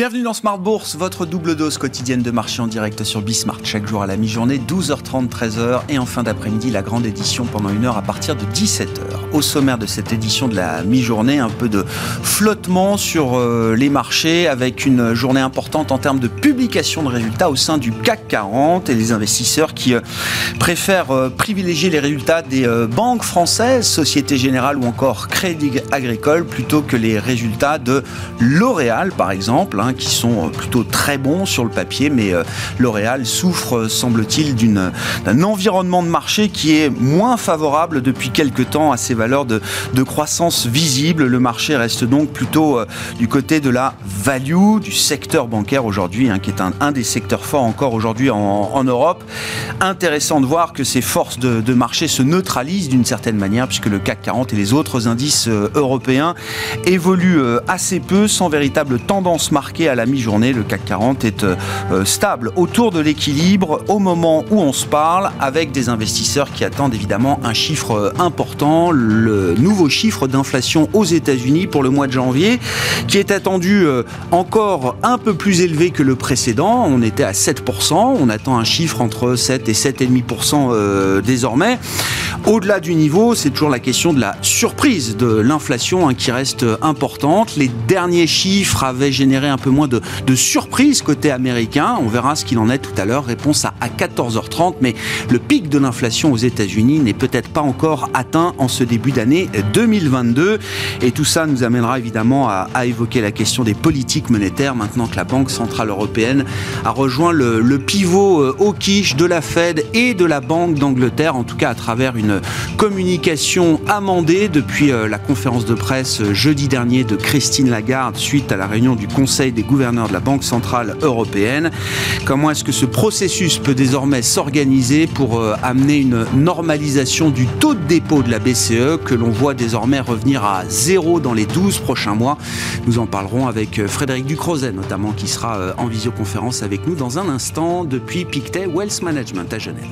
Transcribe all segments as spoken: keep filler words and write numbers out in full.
Bienvenue dans Smart Bourse, votre double dose quotidienne de marché en direct sur Bismart. Chaque jour à la mi-journée, douze heures trente, treize heures. Et en fin d'après-midi, la grande édition pendant une heure à partir de dix-sept heures. Au sommaire de cette édition de la mi-journée, un peu de flottement sur euh, les marchés avec une journée importante en termes de publication de résultats au sein du C A C quarante et les investisseurs qui euh, préfèrent euh, privilégier les résultats des euh, banques françaises, Société Générale ou encore Crédit Agricole plutôt que les résultats de L'Oréal par exemple, hein, qui sont plutôt très bons sur le papier, mais euh, L'Oréal souffre, semble-t-il, d'une, d'un environnement de marché qui est moins favorable depuis quelques temps à ces valeurs de, de croissance visible. Le marché reste donc plutôt euh, du côté de la value, du secteur bancaire aujourd'hui, hein, qui est un, un des secteurs forts encore aujourd'hui en, en Europe. Intéressant de voir que ces forces de, de marché se neutralisent d'une certaine manière, puisque le C A C quarante et les autres indices euh, européens évoluent euh, assez peu, sans véritable tendance marquée à la mi-journée. Le C A C quarante est euh, stable autour de l'équilibre au moment où on se parle, avec des investisseurs qui attendent évidemment un chiffre euh, important, le nouveau chiffre d'inflation aux États-Unis pour le mois de janvier, qui est attendu euh, encore un peu plus élevé que le précédent. On était à sept pour cent, on attend un chiffre entre sept et sept virgule cinq pour cent euh, désormais. Au-delà du niveau, c'est toujours la question de la surprise de l'inflation, hein, qui reste importante. Les derniers chiffres avaient généré un peu moins de, de surprise côté américain. On verra ce qu'il en est tout à l'heure. Réponse à, à quatorze heures trente. Mais le pic de l'inflation aux États-Unis n'est peut-être pas encore atteint en ce début d'année deux mille vingt-deux. Et tout ça nous amènera évidemment à, à évoquer la question des politiques monétaires maintenant que la Banque Centrale Européenne a rejoint le, le pivot euh, hawkish de la Fed et de la Banque d'Angleterre, en tout cas à travers une communication amendée depuis euh, la conférence de presse euh, jeudi dernier de Christine Lagarde suite à la réunion du Conseil des gouverneurs de la Banque Centrale Européenne. Comment est-ce que ce processus peut désormais s'organiser pour euh, amener une normalisation du taux de dépôt de la B C E que l'on voit désormais revenir à zéro dans les douze prochains mois? Nous en parlerons avec Frédéric Ducrozet notamment, qui sera euh, en visioconférence avec nous dans un instant depuis Pictet Wealth Management à Genève.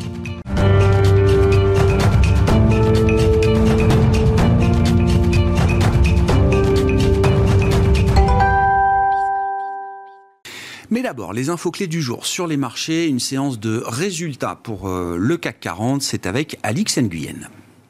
Mais d'abord, les infos clés du jour sur les marchés, une séance de résultats pour euh, le C A C quarante, c'est avec Alix Nguyen.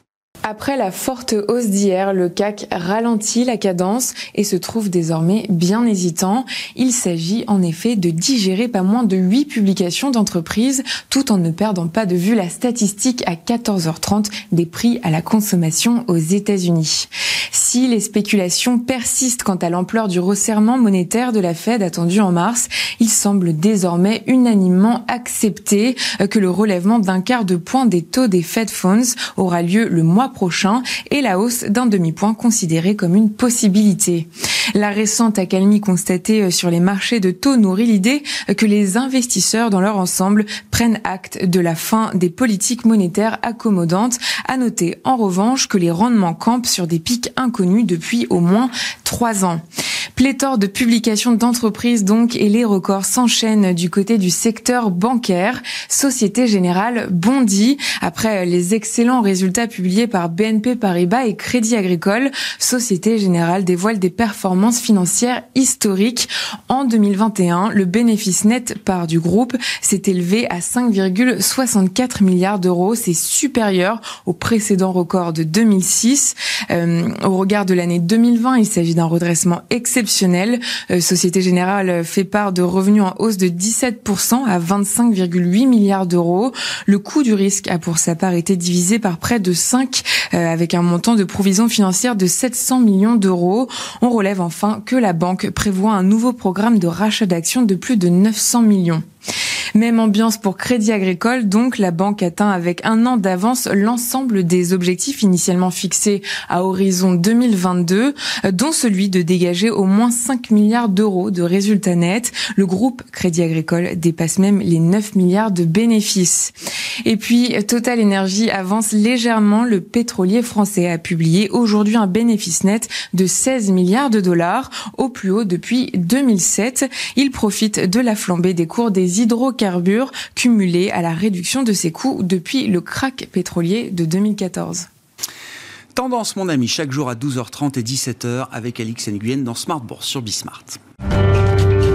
Après la forte hausse d'hier, le C A C ralentit la cadence et se trouve désormais bien hésitant. Il s'agit en effet de digérer pas moins de huit publications d'entreprises, tout en ne perdant pas de vue la statistique à quatorze heures trente des prix à la consommation aux États-Unis. Si les spéculations persistent quant à l'ampleur du resserrement monétaire de la Fed attendu en mars, il semble désormais unanimement accepté que le relèvement d'un quart de point des taux des Fed Funds aura lieu le mois prochain et la hausse d'un demi-point considérée comme une possibilité. La récente accalmie constatée sur les marchés de taux nourrit l'idée que les investisseurs dans leur ensemble prennent acte de la fin des politiques monétaires accommodantes. À noter en revanche que les rendements campent sur des pics inconnus depuis au moins trois ans. Pléthore de publications d'entreprises donc, et les records s'enchaînent du côté du secteur bancaire. Société Générale bondit après les excellents résultats publiés par B N P Paribas et Crédit Agricole. Société Générale dévoile des performances financières historiques. En deux mille vingt et un, le bénéfice net part du groupe s'est élevé à cinq virgule soixante-quatre milliards d'euros. C'est supérieur au précédent record de deux mille six. Euh, au regard de l'année deux mille vingt, il s'agit d'un redressement exceptionnel. Euh, Société Générale fait part de revenus en hausse de dix-sept pour cent à vingt-cinq virgule huit milliards d'euros. Le coût du risque a pour sa part été divisé par près de cinq, euh, avec un montant de provision financière de sept cents millions d'euros. On relève enfin que la banque prévoit un nouveau programme de rachat d'actions de plus de neuf cents millions. Même ambiance pour Crédit Agricole, donc la banque atteint avec un an d'avance l'ensemble des objectifs initialement fixés à horizon deux mille vingt-deux, dont celui de dégager au moins cinq milliards d'euros de résultats nets. Le groupe Crédit Agricole dépasse même les neuf milliards de bénéfices. Et puis Total Energy avance légèrement. Le pétrolier français a publié aujourd'hui un bénéfice net de seize milliards de dollars, au plus haut depuis deux mille sept. Il profite de la flambée des cours des hydrocarbures cumulés à la réduction de ses coûts depuis le krach pétrolier de deux mille quatorze. Tendance, mon ami, chaque jour à douze heures trente et dix-sept heures avec Alix Nguyen dans Smart Bourse sur Bismart.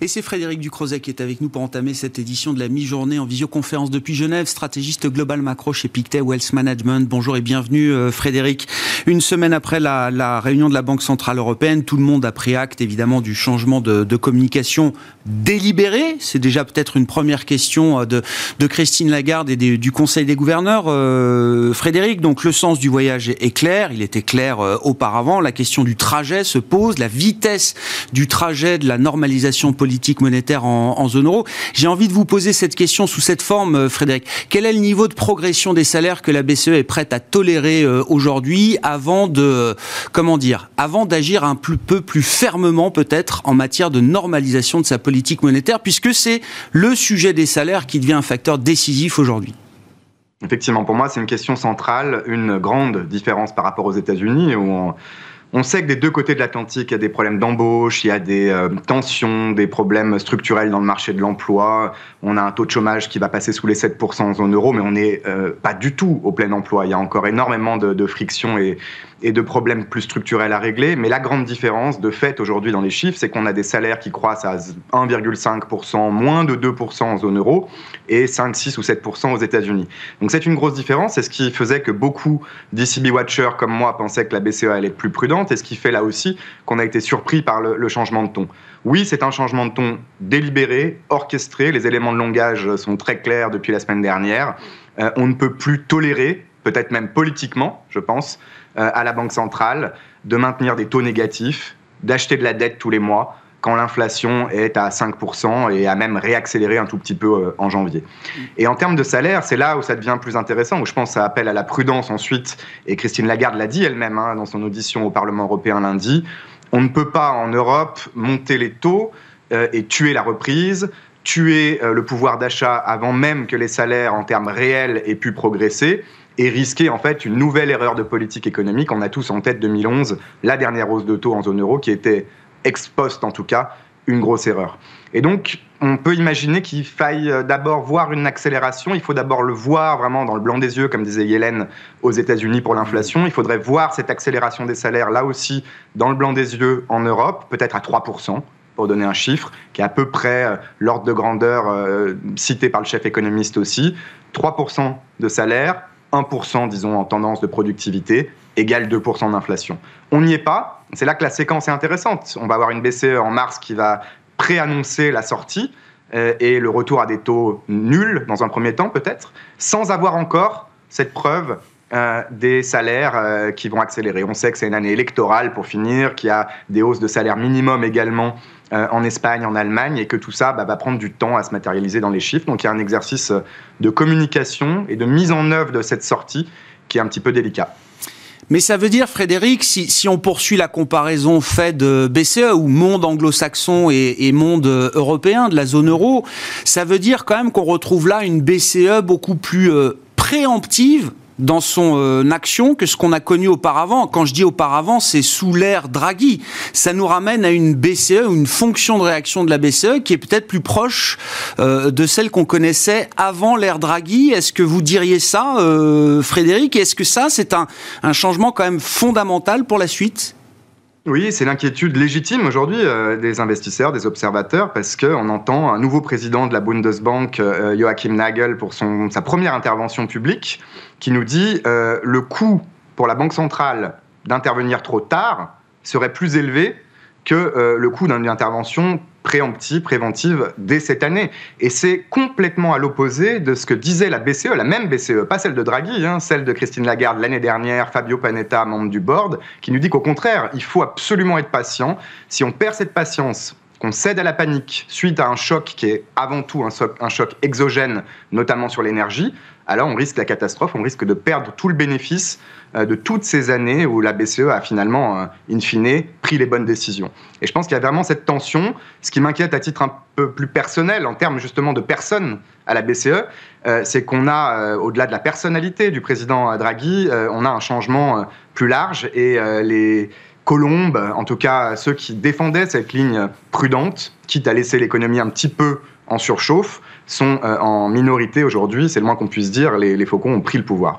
Et c'est Frédéric Ducrozet qui est avec nous pour entamer cette édition de la mi-journée en visioconférence depuis Genève, stratégiste global macro chez Pictet Wealth Management. Bonjour et bienvenue euh, Frédéric. Une semaine après la, la réunion de la Banque Centrale Européenne, tout le monde a pris acte évidemment du changement de, de communication délibéré. C'est déjà peut-être une première question de, de Christine Lagarde et des, du Conseil des gouverneurs. Euh, Frédéric, donc le sens du voyage est, est clair, il était clair euh, auparavant. La question du trajet se pose, la vitesse du trajet de la normalisation politique monétaire en, en zone euro. J'ai envie de vous poser cette question sous cette forme, Frédéric. Quel est le niveau de progression des salaires que la B C E est prête à tolérer euh, aujourd'hui avant de, comment dire, avant d'agir un peu plus fermement peut-être en matière de normalisation de sa politique monétaire, puisque c'est le sujet des salaires qui devient un facteur décisif aujourd'hui? Effectivement, pour moi, c'est une question centrale, une grande différence par rapport aux États-Unis, où on, on sait que des deux côtés de l'Atlantique, il y a des problèmes d'embauche, il y a des euh, tensions, des problèmes structurels dans le marché de l'emploi. On a un taux de chômage qui va passer sous les sept pour cent en zone euro, mais on n'est euh, pas du tout au plein emploi. Il y a encore énormément de, de frictions et, et de problèmes plus structurels à régler. Mais la grande différence, de fait, aujourd'hui dans les chiffres, c'est qu'on a des salaires qui croissent à un virgule cinq pour cent, moins de deux pour cent en zone euro, et cinq, six ou sept pour cent aux États-Unis. Donc c'est une grosse différence. C'est ce qui faisait que beaucoup d'E C B Watchers comme moi pensaient que la B C E allait être plus prudente, et ce qui fait là aussi qu'on a été surpris par le, le changement de ton. Oui, c'est un changement de ton délibéré, orchestré. Les éléments de langage sont très clairs depuis la semaine dernière. Euh, on ne peut plus tolérer, peut-être même politiquement, je pense, euh, à la Banque centrale, de maintenir des taux négatifs, d'acheter de la dette tous les mois, quand l'inflation est à cinq pour cent et a même réaccéléré un tout petit peu euh, en janvier. Et en termes de salaire, c'est là où ça devient plus intéressant, où je pense que ça appelle à la prudence ensuite, et Christine Lagarde l'a dit elle-même hein, dans son audition au Parlement européen lundi, on ne peut pas en Europe monter les taux euh, et tuer la reprise, tuer euh, le pouvoir d'achat avant même que les salaires en termes réels aient pu progresser, et risquer en fait une nouvelle erreur de politique économique. On a tous en tête deux mille onze, la dernière hausse de taux en zone euro qui était ex post en tout cas, une grosse erreur. Et donc, on peut imaginer qu'il faille d'abord voir une accélération. Il faut d'abord le voir vraiment dans le blanc des yeux, comme disait Yellen aux États-Unis pour l'inflation. Il faudrait voir cette accélération des salaires, là aussi, dans le blanc des yeux en Europe, peut-être à trois pour cent, pour donner un chiffre, qui est à peu près l'ordre de grandeur euh, cité par le chef économiste aussi. trois pour cent de salaire, un pour cent, disons, en tendance de productivité, égale deux pour cent d'inflation. On n'y est pas. C'est là que la séquence est intéressante. On va avoir une B C E en mars qui va préannoncer la sortie euh, et le retour à des taux nuls, dans un premier temps peut-être, sans avoir encore cette preuve euh, des salaires euh, qui vont accélérer. On sait que c'est une année électorale, pour finir, qu'il y a des hausses de salaire minimum également euh, en Espagne, en Allemagne, et que tout ça bah, va prendre du temps à se matérialiser dans les chiffres. Donc il y a un exercice de communication et de mise en œuvre de cette sortie qui est un petit peu délicat. Mais ça veut dire, Frédéric, si, si on poursuit la comparaison faite de B C E ou monde anglo-saxon et, et monde européen, de la zone euro, ça veut dire quand même qu'on retrouve là une B C E beaucoup plus euh, préemptive dans son euh, action que ce qu'on a connu auparavant. Quand je dis auparavant, c'est sous l'ère Draghi. Ça nous ramène à une B C E, une fonction de réaction de la B C E qui est peut-être plus proche euh, de celle qu'on connaissait avant l'ère Draghi. Est-ce que vous diriez ça, euh, Frédéric? Est-ce que ça, c'est un, un changement quand même fondamental pour la suite? Oui, c'est l'inquiétude légitime aujourd'hui euh, des investisseurs, des observateurs, parce qu'on entend un nouveau président de la Bundesbank, euh, Joachim Nagel, pour son, sa première intervention publique, qui nous dit euh, le coût pour la Banque centrale d'intervenir trop tard serait plus élevé que euh, le coût d'une intervention préemptive, préventive dès cette année. Et c'est complètement à l'opposé de ce que disait la B C E, la même B C E, pas celle de Draghi, hein, celle de Christine Lagarde l'année dernière, Fabio Panetta, membre du board, qui nous dit qu'au contraire, il faut absolument être patient. Si on perd cette patience, qu'on cède à la panique suite à un choc qui est avant tout un choc, un choc exogène, notamment sur l'énergie, alors on risque la catastrophe, on risque de perdre tout le bénéfice euh, de toutes ces années où la B C E a finalement, euh, in fine, pris les bonnes décisions. Et je pense qu'il y a vraiment cette tension. Ce qui m'inquiète à titre un peu plus personnel, en termes justement de personnes à la B C E, euh, c'est qu'on a, euh, au-delà de la personnalité du président Draghi, euh, on a un changement euh, plus large et euh, les colombes, en tout cas ceux qui défendaient cette ligne prudente, quitte à laisser l'économie un petit peu en surchauffe, sont euh, en minorité aujourd'hui, c'est le moins qu'on puisse dire, les, les faucons ont pris le pouvoir.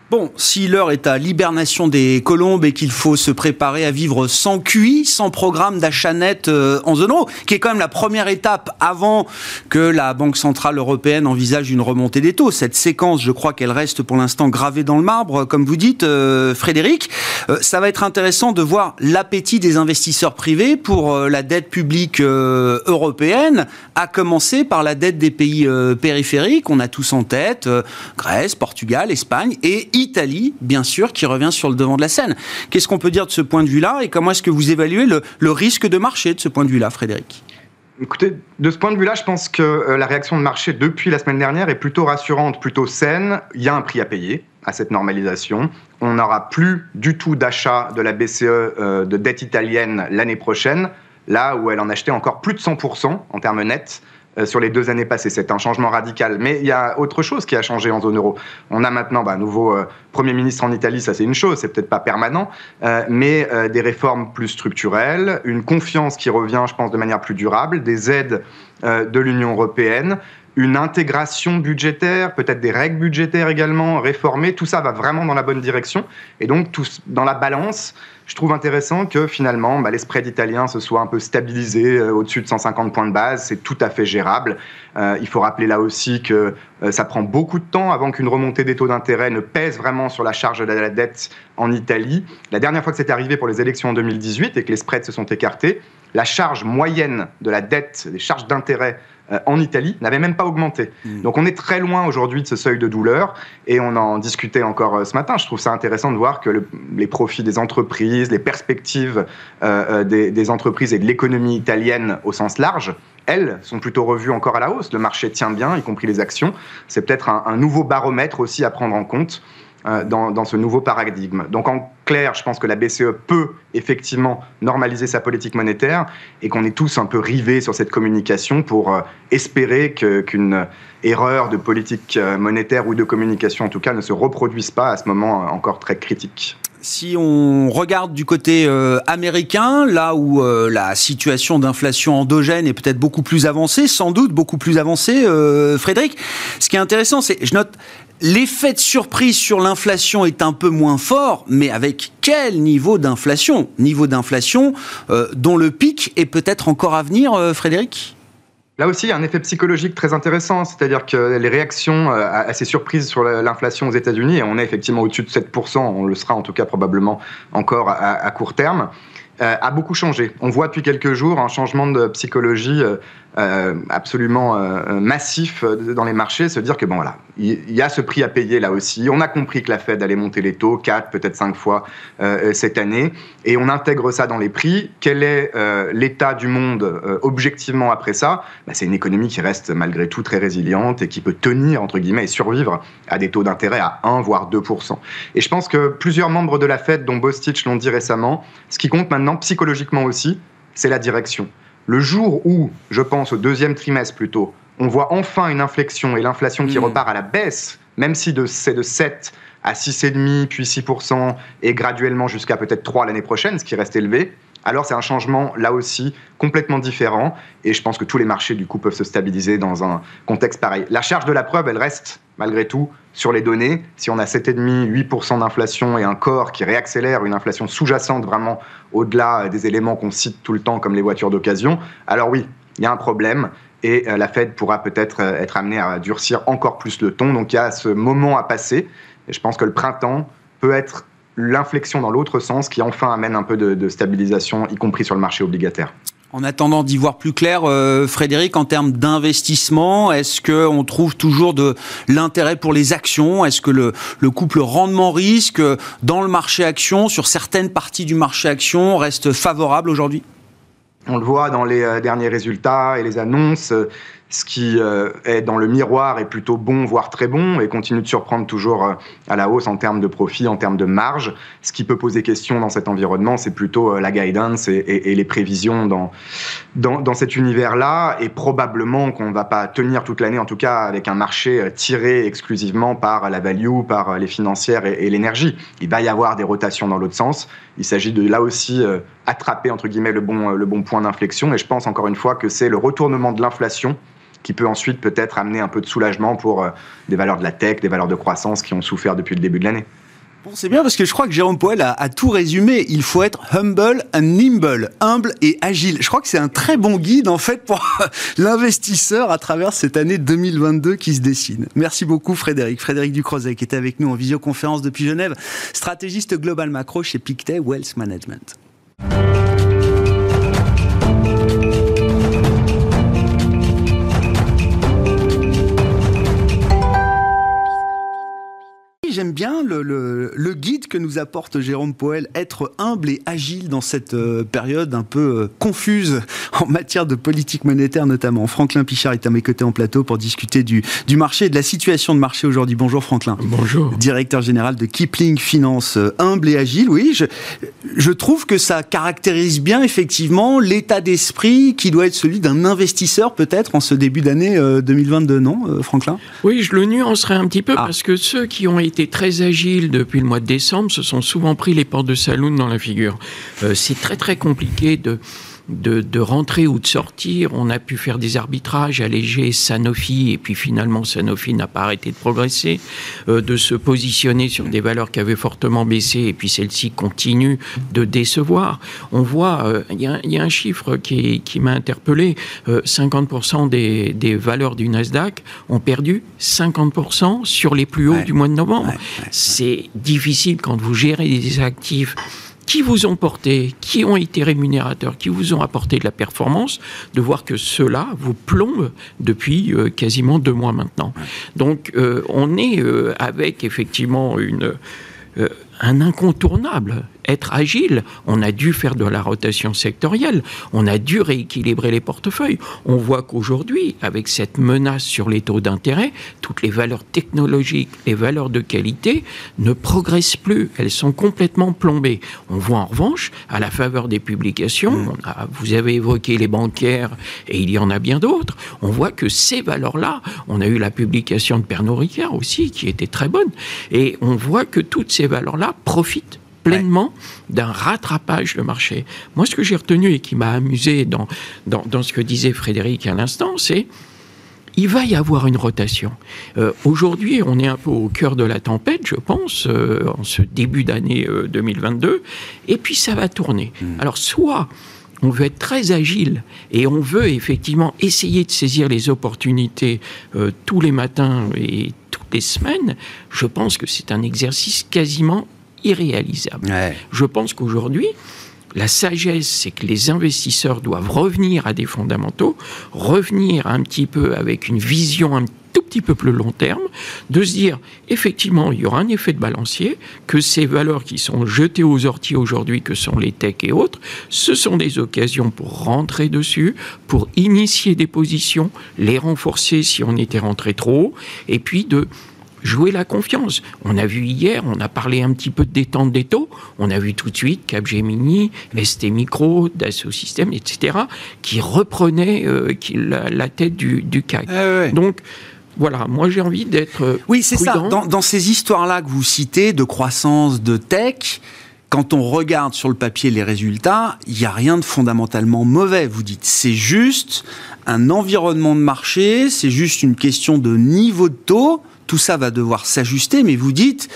Bon, si l'heure est à l'hibernation des colombes et qu'il faut se préparer à vivre sans Q I, sans programme d'achat net euh, en zone euro, qui est quand même la première étape avant que la Banque Centrale Européenne envisage une remontée des taux. Cette séquence, je crois qu'elle reste pour l'instant gravée dans le marbre, comme vous dites, euh, Frédéric. Euh, ça va être intéressant de voir l'appétit des investisseurs privés pour euh, la dette publique euh, européenne, à commencer par la dette des pays euh, périphériques. On a tous en tête euh, Grèce, Portugal, Espagne et Italie, bien sûr, qui revient sur le devant de la scène. Qu'est-ce qu'on peut dire de ce point de vue-là et comment est-ce que vous évaluez le, le risque de marché de ce point de vue-là, Frédéric ? Écoutez, de ce point de vue-là, je pense que euh, la réaction de marché depuis la semaine dernière est plutôt rassurante, plutôt saine. Il y a un prix à payer à cette normalisation. On n'aura plus du tout d'achat de la B C E euh, de dette italienne l'année prochaine, là où elle en achetait encore plus de cent pour cent en termes nets sur les deux années passées. C'est un changement radical. Mais il y a autre chose qui a changé en zone euro. On a maintenant bah, un nouveau euh, Premier ministre en Italie, ça c'est une chose, c'est peut-être pas permanent, euh, mais euh, des réformes plus structurelles, une confiance qui revient, je pense, de manière plus durable, des aides euh, de l'Union européenne, une intégration budgétaire, peut-être des règles budgétaires également réformées. Tout ça va vraiment dans la bonne direction. Et donc, tout, dans la balance, je trouve intéressant que finalement, bah, les spreads italiens se soient un peu stabilisés euh, au-dessus de cent cinquante points de base. C'est tout à fait gérable. Euh, il faut rappeler là aussi que euh, ça prend beaucoup de temps avant qu'une remontée des taux d'intérêt ne pèse vraiment sur la charge de la dette en Italie. La dernière fois que c'est arrivé pour les élections en deux mille dix-huit et que les spreads se sont écartés, la charge moyenne de la dette, les charges d'intérêt en Italie, n'avait même pas augmenté. Mmh. Donc on est très loin aujourd'hui de ce seuil de douleur et on en discutait encore ce matin. Je trouve ça intéressant de voir que le, les profits des entreprises, les perspectives euh, des, des entreprises et de l'économie italienne au sens large, elles sont plutôt revues encore à la hausse. Le marché tient bien, y compris les actions. C'est peut-être un, un nouveau baromètre aussi à prendre en compte euh, dans, dans ce nouveau paradigme. Donc en clair, je pense que la B C E peut effectivement normaliser sa politique monétaire et qu'on est tous un peu rivés sur cette communication pour euh, espérer que, qu'une erreur de politique monétaire ou de communication en tout cas ne se reproduise pas à ce moment encore très critique. Si on regarde du côté euh, américain, là où euh, la situation d'inflation endogène est peut-être beaucoup plus avancée, sans doute beaucoup plus avancée, euh, Frédéric, ce qui est intéressant, c'est, je note, l'effet de surprise sur l'inflation est un peu moins fort, mais avec quel niveau d'inflation ? Niveau d'inflation euh, dont le pic est peut-être encore à venir, euh, Frédéric ? Là aussi, il y a un effet psychologique très intéressant, c'est-à-dire que les réactions à ces surprises sur l'inflation aux États-Unis, et on est effectivement au-dessus de sept pour cent, on le sera en tout cas probablement encore à, à court terme, euh, a beaucoup changé. On voit depuis quelques jours un changement de psychologie euh, euh, absolument euh, massif dans les marchés, se dire que bon voilà, il y a ce prix à payer là aussi. On a compris que la Fed allait monter les taux quatre, peut-être cinq fois euh, cette année, et on intègre ça dans les prix. Quel est euh, l'état du monde euh, objectivement après ça ? Ben, c'est une économie qui reste malgré tout très résiliente et qui peut tenir entre guillemets et survivre à des taux d'intérêt à un voire deux pour cent. Et je pense que plusieurs membres de la Fed, dont Bostich, l'ont dit récemment, ce qui compte maintenant psychologiquement aussi, c'est la direction. Le jour où, je pense au deuxième trimestre plutôt, on voit enfin une inflexion et l'inflation qui mmh. repart à la baisse, même si de, c'est de sept à six virgule cinq, puis six pour cent, et graduellement jusqu'à peut-être trois l'année prochaine, ce qui reste élevé, alors c'est un changement, là aussi, complètement différent, et je pense que tous les marchés, du coup, peuvent se stabiliser dans un contexte pareil. La charge de la preuve, elle reste, malgré tout, sur les données. Si on a sept virgule cinq, huit pour cent d'inflation et un corps qui réaccélère, une inflation sous-jacente vraiment au-delà des éléments qu'on cite tout le temps, comme les voitures d'occasion, alors oui, il y a un problème, et la Fed pourra peut-être être amenée à durcir encore plus le ton. Donc il y a ce moment à passer, et je pense que le printemps peut être l'inflexion dans l'autre sens qui enfin amène un peu de, de stabilisation, y compris sur le marché obligataire. En attendant d'y voir plus clair, euh, Frédéric, en termes d'investissement, est-ce qu'on trouve toujours de l'intérêt pour les actions ? Est-ce que le, le couple rendement-risque dans le marché action, sur certaines parties du marché action, reste favorable aujourd'hui ? On le voit dans les euh, derniers résultats et les annonces. Euh, ce qui euh, est dans le miroir est plutôt bon, voire très bon, et continue de surprendre toujours euh, à la hausse en termes de profit, en termes de marge. Ce qui peut poser question dans cet environnement, c'est plutôt euh, la guidance et, et, et les prévisions dans, dans, dans cet univers-là, et probablement qu'on ne va pas tenir toute l'année, en tout cas avec un marché euh, tiré exclusivement par la value, par euh, les financières et, et l'énergie. Il va y avoir des rotations dans l'autre sens. Il s'agit de là aussi euh, attraper, entre guillemets, le bon, le bon point d'inflexion, et je pense encore une fois que c'est le retournement de l'inflation qui peut ensuite peut-être amener un peu de soulagement pour euh, des valeurs de la tech, des valeurs de croissance qui ont souffert depuis le début de l'année. Bon, c'est bien parce que je crois que Jérôme Powell a, a tout résumé. Il faut être humble and nimble, humble et agile. Je crois que c'est un très bon guide en fait pour l'investisseur à travers cette année deux mille vingt-deux qui se dessine. Merci beaucoup Frédéric. Frédéric Ducrozet qui était avec nous en visioconférence depuis Genève, stratégiste global macro chez Pictet Wealth Management. J'aime bien le, le, le guide que nous apporte Jérôme Powell, être humble et agile dans cette euh, période un peu euh, confuse en matière de politique monétaire notamment. Franklin Pichard est à mes côtés en plateau pour discuter du, du marché et de la situation de marché aujourd'hui. Bonjour Franklin. Bonjour. Directeur général de Kipling Finance, euh, humble et agile. Oui, je, je trouve que ça caractérise bien effectivement l'état d'esprit qui doit être celui d'un investisseur peut-être en ce début d'année euh, deux mille vingt-deux, non euh, Franklin ? Oui, je le nuancerai un petit peu ah. parce que ceux qui ont été très agiles depuis le mois de décembre se sont souvent pris les portes de saloon dans la figure. Euh, c'est très très compliqué de, de, de rentrer ou de sortir. On a pu faire des arbitrages, alléger Sanofi, et puis finalement Sanofi n'a pas arrêté de progresser, euh, de se positionner sur des valeurs qui avaient fortement baissé, et puis celles-ci continuent de décevoir. On voit, il euh, y, y a un chiffre qui, qui m'a interpellé, euh, cinquante pour cent des, des valeurs du Nasdaq ont perdu cinquante pour cent sur les plus hauts ouais. du mois de novembre. Ouais, ouais, ouais. C'est difficile quand vous gérez des actifs qui vous ont porté, qui ont été rémunérateurs, qui vous ont apporté de la performance, de voir que ceux-là vous plombent depuis euh, quasiment deux mois maintenant. Donc, euh, on est euh, avec effectivement une, euh, un incontournable. Être agile, on a dû faire de la rotation sectorielle, on a dû rééquilibrer les portefeuilles. On voit qu'aujourd'hui, avec cette menace sur les taux d'intérêt, toutes les valeurs technologiques, les valeurs de qualité ne progressent plus. Elles sont complètement plombées. On voit en revanche, à la faveur des publications, on a, vous avez évoqué les bancaires et il y en a bien d'autres, on voit que ces valeurs-là, on a eu la publication de Pernod Ricard aussi, qui était très bonne, et on voit que toutes ces valeurs-là profitent pleinement ouais. d'un rattrapage de marché. Moi, ce que j'ai retenu et qui m'a amusé dans, dans, dans ce que disait Frédéric à l'instant, c'est il va y avoir une rotation. Euh, aujourd'hui, on est un peu au cœur de la tempête, je pense, euh, en ce début d'année euh, deux mille vingt-deux, et puis ça va tourner. Mmh. Alors, soit on veut être très agile et on veut effectivement essayer de saisir les opportunités euh, tous les matins et toutes les semaines. Je pense que c'est un exercice quasiment irréalisable. Ouais. Je pense qu'aujourd'hui, la sagesse, c'est que les investisseurs doivent revenir à des fondamentaux, revenir un petit peu avec une vision un tout petit peu plus long terme, de se dire, effectivement, il y aura un effet de balancier, que ces valeurs qui sont jetées aux orties aujourd'hui, que sont les techs et autres, ce sont des occasions pour rentrer dessus, pour initier des positions, les renforcer si on était rentré trop haut, et puis de jouer la confiance. On a vu hier, on a parlé un petit peu de détente des taux, on a vu tout de suite Capgemini, S T Micro, Dassault Systèmes, et cetera, qui reprenaient euh, qui, la, la tête du, du C A C. Ah ouais. Donc, voilà, moi j'ai envie d'être Oui, c'est prudent. ça. Dans, dans ces histoires-là que vous citez, de croissance, de tech, quand on regarde sur le papier les résultats, il n'y a rien de fondamentalement mauvais. Vous dites, c'est juste un environnement de marché, c'est juste une question de niveau de taux. Tout ça va devoir s'ajuster, mais vous dites,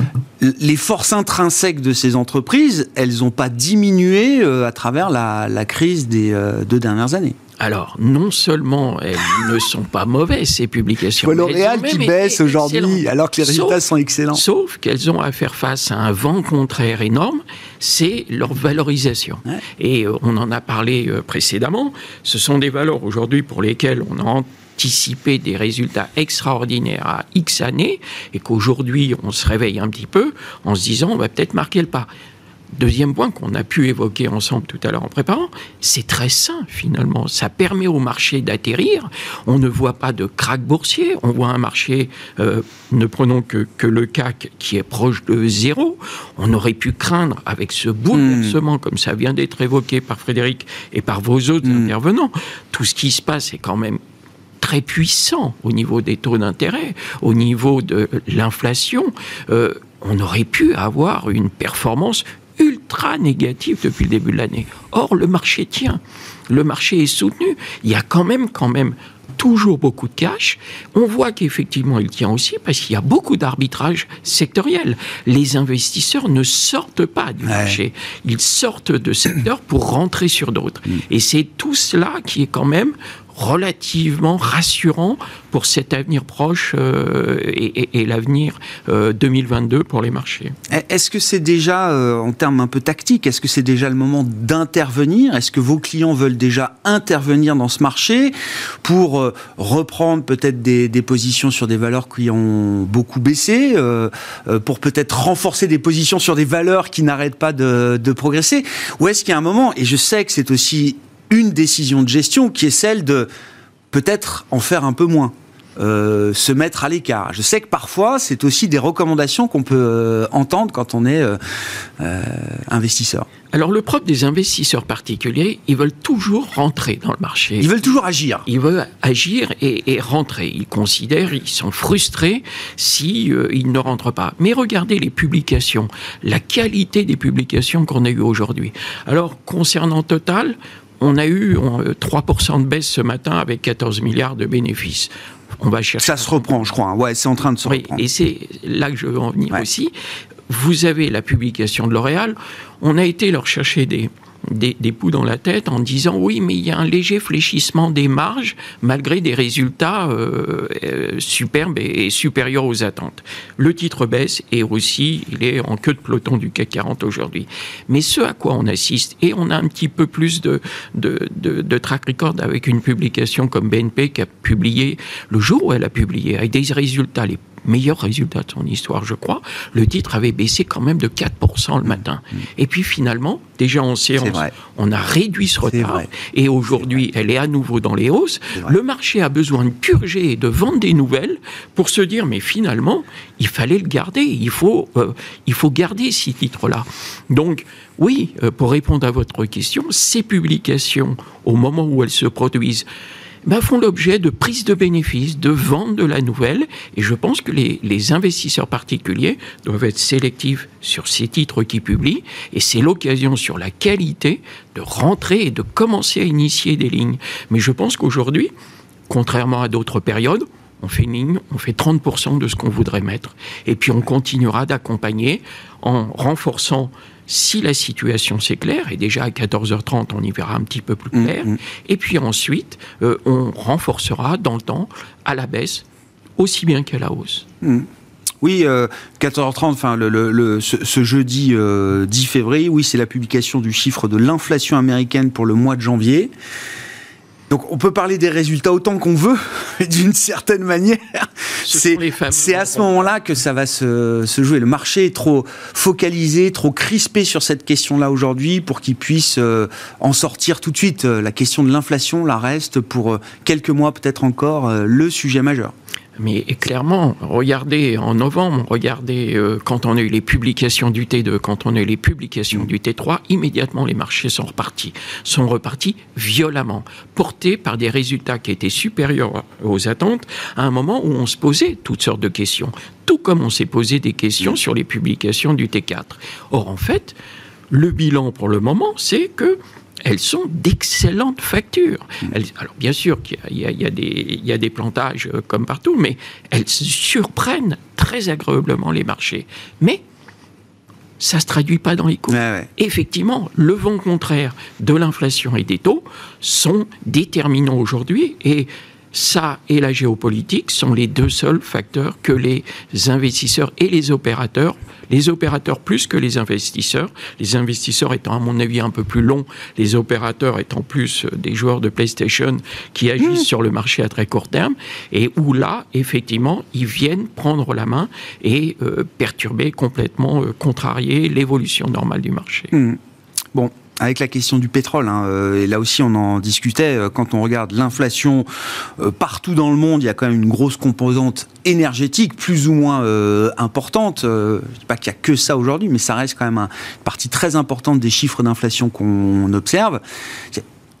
les forces intrinsèques de ces entreprises, elles n'ont pas diminué à travers la, la crise des euh, deux dernières années. Alors, non seulement elles ne sont pas mauvaises, ces publications. L'Oréal qui baisse aujourd'hui, alors que les résultats sauf, sont excellents. Sauf qu'elles ont à faire face à un vent contraire énorme, c'est leur valorisation. Ouais. Et euh, on en a parlé euh, précédemment, ce sont des valeurs aujourd'hui pour lesquelles on a anticiper des résultats extraordinaires à X années et qu'aujourd'hui on se réveille un petit peu en se disant on va peut-être marquer le pas. Deuxième point qu'on a pu évoquer ensemble tout à l'heure en préparant, c'est très sain finalement. Ça permet au marché d'atterrir. On ne voit pas de krach boursier. On voit un marché, euh, ne prenons que, que le C A C qui est proche de zéro. On aurait pu craindre avec ce bouleversement, mmh. comme ça vient d'être évoqué par Frédéric et par vos autres mmh. intervenants. Tout ce qui se passe est quand même très puissant au niveau des taux d'intérêt, au niveau de l'inflation. Euh, on aurait pu avoir une performance ultra négatifs depuis le début de l'année. Or, le marché tient. Le marché est soutenu. Il y a quand même, quand même, toujours beaucoup de cash. On voit qu'effectivement, il tient aussi parce qu'il y a beaucoup d'arbitrage sectoriel. Les investisseurs ne sortent pas du ouais. marché. Ils sortent de secteurs pour rentrer sur d'autres. Mmh. Et c'est tout cela qui est quand même relativement rassurant pour cet avenir proche euh, et, et, et l'avenir euh, deux mille vingt-deux pour les marchés. Est-ce que c'est déjà, euh, en termes un peu tactiques, est-ce que c'est déjà le moment d'intervenir ? Est-ce que vos clients veulent déjà intervenir dans ce marché pour euh, reprendre peut-être des, des positions sur des valeurs qui ont beaucoup baissé, euh, euh, pour peut-être renforcer des positions sur des valeurs qui n'arrêtent pas de, de progresser ? Ou est-ce qu'il y a un moment, et je sais que c'est aussi une décision de gestion qui est celle de peut-être en faire un peu moins, euh, se mettre à l'écart. Je sais que parfois, c'est aussi des recommandations qu'on peut euh, entendre quand on est euh, euh, investisseur. Alors, le propre des investisseurs particuliers, ils veulent toujours rentrer dans le marché. Ils veulent toujours agir. Ils veulent agir et, et rentrer. Ils considèrent, ils sont frustrés si euh, ils ne rentrent pas. Mais regardez les publications, la qualité des publications qu'on a eues aujourd'hui. Alors, concernant Total, on a eu on, trois pour cent de baisse ce matin avec quatorze milliards de bénéfices. On va chercher. Ça se reprend, je crois. Ouais, c'est en train de se oui, reprendre. Et c'est là que je veux en venir ouais. aussi. Vous avez la publication de L'Oréal. On a été leur chercher des, des, des poux dans la tête en disant oui, mais il y a un léger fléchissement des marges malgré des résultats euh, euh, superbes et, et supérieurs aux attentes. Le titre baisse et aussi il est en queue de peloton du C A C quarante aujourd'hui. Mais ce à quoi on assiste, et on a un petit peu plus de, de, de, de track record avec une publication comme B N P qui a publié le jour où elle a publié avec des résultats les meilleur résultat de son histoire, je crois, le titre avait baissé quand même de quatre pour cent le matin. Mmh. Et puis finalement, déjà en séance, on a réduit ce retard. Et aujourd'hui, elle est à nouveau dans les hausses. Le marché a besoin de purger et de vendre des nouvelles pour se dire, mais finalement, il fallait le garder. Il faut, euh, il faut garder ces titres-là. Donc, oui, euh, pour répondre à votre question, ces publications, au moment où elles se produisent, Ben, font l'objet de prise de bénéfices, de vente de la nouvelle, et je pense que les, les investisseurs particuliers doivent être sélectifs sur ces titres qu'ils publient, et c'est l'occasion sur la qualité de rentrer et de commencer à initier des lignes. Mais je pense qu'aujourd'hui, contrairement à d'autres périodes, on fait une ligne, on fait trente pour cent de ce qu'on voudrait mettre, et puis on continuera d'accompagner en renforçant. Si la situation s'éclaire, et déjà à quatorze heures trente, on y verra un petit peu plus clair, mmh, mmh. et puis ensuite, euh, on renforcera dans le temps, à la baisse, aussi bien qu'à la hausse. Mmh. Oui, euh, quatorze heures trente, enfin, le, le, le, ce, ce jeudi euh, dix février, oui, c'est la publication du chiffre de l'inflation américaine pour le mois de janvier. Donc on peut parler des résultats autant qu'on veut, mais d'une certaine manière, c'est, c'est à ce moment-là que ça va se, se jouer. Le marché est trop focalisé, trop crispé sur cette question-là aujourd'hui pour qu'il puisse euh, en sortir tout de suite. La question de l'inflation, là, reste pour euh, quelques mois peut-être encore euh, le sujet majeur. Mais clairement, regardez en novembre, regardez euh, quand on a eu les publications du T deux, quand on a eu les publications du T trois, immédiatement les marchés sont repartis, sont repartis violemment, portés par des résultats qui étaient supérieurs aux attentes, à un moment où on se posait toutes sortes de questions, tout comme on s'est posé des questions sur les publications du T quatre. Or, en fait, le bilan pour le moment, c'est que elles sont d'excellentes factures. Elles, alors bien sûr qu'il y a, il y a, des, il y a des plantages comme partout, mais elles surprennent très agréablement les marchés. Mais ça ne se traduit pas dans les cours. Ouais, ouais. Effectivement, le vent contraire de l'inflation et des taux sont déterminants aujourd'hui, et ça et la géopolitique sont les deux seuls facteurs que les investisseurs et les opérateurs, les opérateurs plus que les investisseurs, les investisseurs étant à mon avis un peu plus longs, les opérateurs étant plus des joueurs de PlayStation qui agissent mmh. sur le marché à très court terme, et où là, effectivement, ils viennent prendre la main et euh, perturber complètement, euh, contrarier l'évolution normale du marché. Mmh. Bon. Avec la question du pétrole, hein, euh, et là aussi on en discutait, euh, quand on regarde l'inflation euh, partout dans le monde, il y a quand même une grosse composante énergétique, plus ou moins euh, importante. Euh, je ne dis pas qu'il n'y a que ça aujourd'hui, mais ça reste quand même un, une partie très importante des chiffres d'inflation qu'on observe.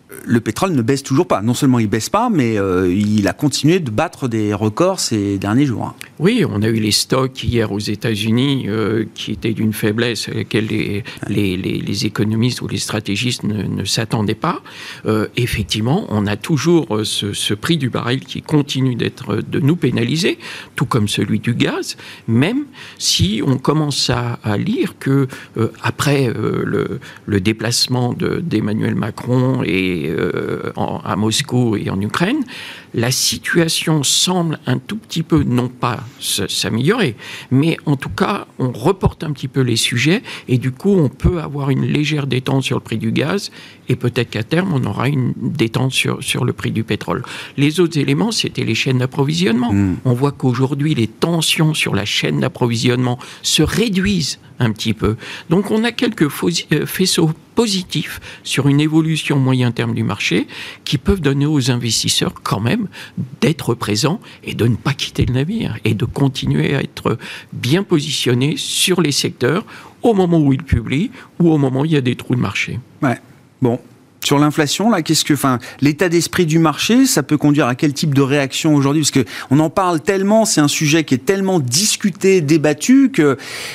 le pétrole ne baisse toujours pas. Non seulement il ne baisse pas, mais euh, il a continué de battre des records ces derniers jours. Oui, on a eu les stocks hier aux États-Unis euh, qui étaient d'une faiblesse à laquelle les, les, les, les économistes ou les stratégistes ne, ne s'attendaient pas. Euh, effectivement, on a toujours ce, ce prix du baril qui continue d'être, de nous pénaliser, tout comme celui du gaz, même si on commence à, à lire que euh, après euh, le, le déplacement de, d'Emmanuel Macron et euh, en, à Moscou et en Ukraine, la situation semble un tout petit peu, non pas s'améliorer, mais en tout cas, on reporte un petit peu les sujets et du coup, on peut avoir une légère détente sur le prix du gaz et peut-être qu'à terme, on aura une détente sur, sur le prix du pétrole. Les autres éléments, c'était les chaînes d'approvisionnement. Mmh. On voit qu'aujourd'hui, les tensions sur la chaîne d'approvisionnement se réduisent un petit peu. Donc, on a quelques faisceaux positifs sur une évolution moyen terme du marché qui peuvent donner aux investisseurs quand même d'être présents et de ne pas quitter le navire et de continuer à être bien positionnés sur les secteurs au moment où ils publient ou au moment où il y a des trous de marché. Ouais. Bon. Sur l'inflation, là, qu'est-ce que, enfin, l'état d'esprit du marché, ça peut conduire à quel type de réaction aujourd'hui ? Parce que on en parle tellement, c'est un sujet qui est tellement discuté, débattu que.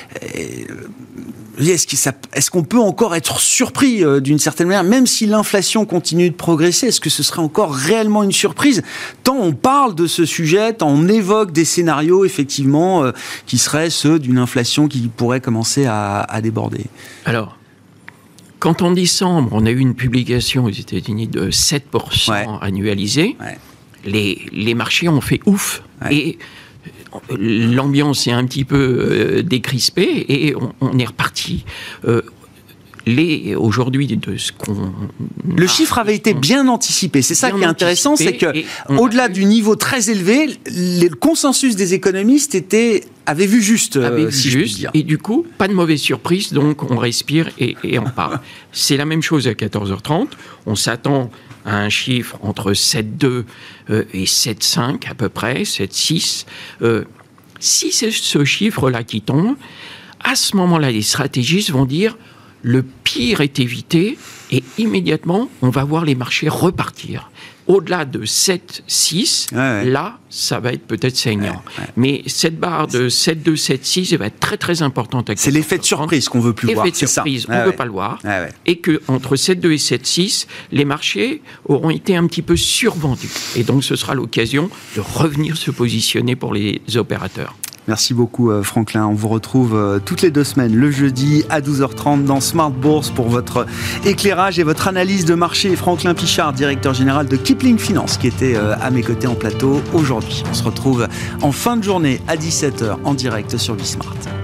Euh, Est-ce, que ça, est-ce qu'on peut encore être surpris euh, d'une certaine manière, même si l'inflation continue de progresser, est-ce que ce serait encore réellement une surprise ? Tant on parle de ce sujet, tant on évoque des scénarios, effectivement, euh, qui seraient ceux d'une inflation qui pourrait commencer à, à déborder. Alors, quand en décembre, on a eu une publication aux États-Unis de sept pour cent ouais. annualisé, ouais. Les, les marchés ont fait ouf. Ouais. Et l'ambiance est un petit peu euh, décrispée et on, on est reparti. Euh, les, aujourd'hui, de ce qu'on... Le chiffre avait été bien anticipé. C'est ça qui est intéressant, c'est que au-delà du niveau très élevé, le consensus des économistes était... avait vu juste, avait euh, vu si juste, je puis dire. Et du coup, pas de mauvaise surprise, donc on respire et, et on parle. C'est la même chose à quatorze heures trente. On s'attend à un chiffre entre sept virgule deux euh, et sept virgule cinq à peu près, sept virgule six. Euh, si c'est ce chiffre-là qui tombe, à ce moment-là, les stratégistes vont dire le pire est évité et immédiatement, on va voir les marchés repartir. Au-delà de sept virgule six, ouais, ouais. là, ça va être peut-être saignant. Ouais, ouais. Mais cette barre de sept virgule deux, sept virgule six, elle va être très, très importante. C'est l'effet de surprise qu'on ne veut plus l'effet voir. L'effet de surprise, on ne ouais, veut ouais. pas le voir. Ouais, ouais. Et qu'entre sept virgule deux et sept virgule six, les marchés auront été un petit peu survendus. Et donc, ce sera l'occasion de revenir se positionner pour les opérateurs. Merci beaucoup Franklin, on vous retrouve toutes les deux semaines le jeudi à douze heures trente dans Smart Bourse pour votre éclairage et votre analyse de marché. Franklin Pichard, directeur général de Kipling Finance, qui était à mes côtés en plateau aujourd'hui. On se retrouve en fin de journée à dix-sept heures en direct sur Bismart.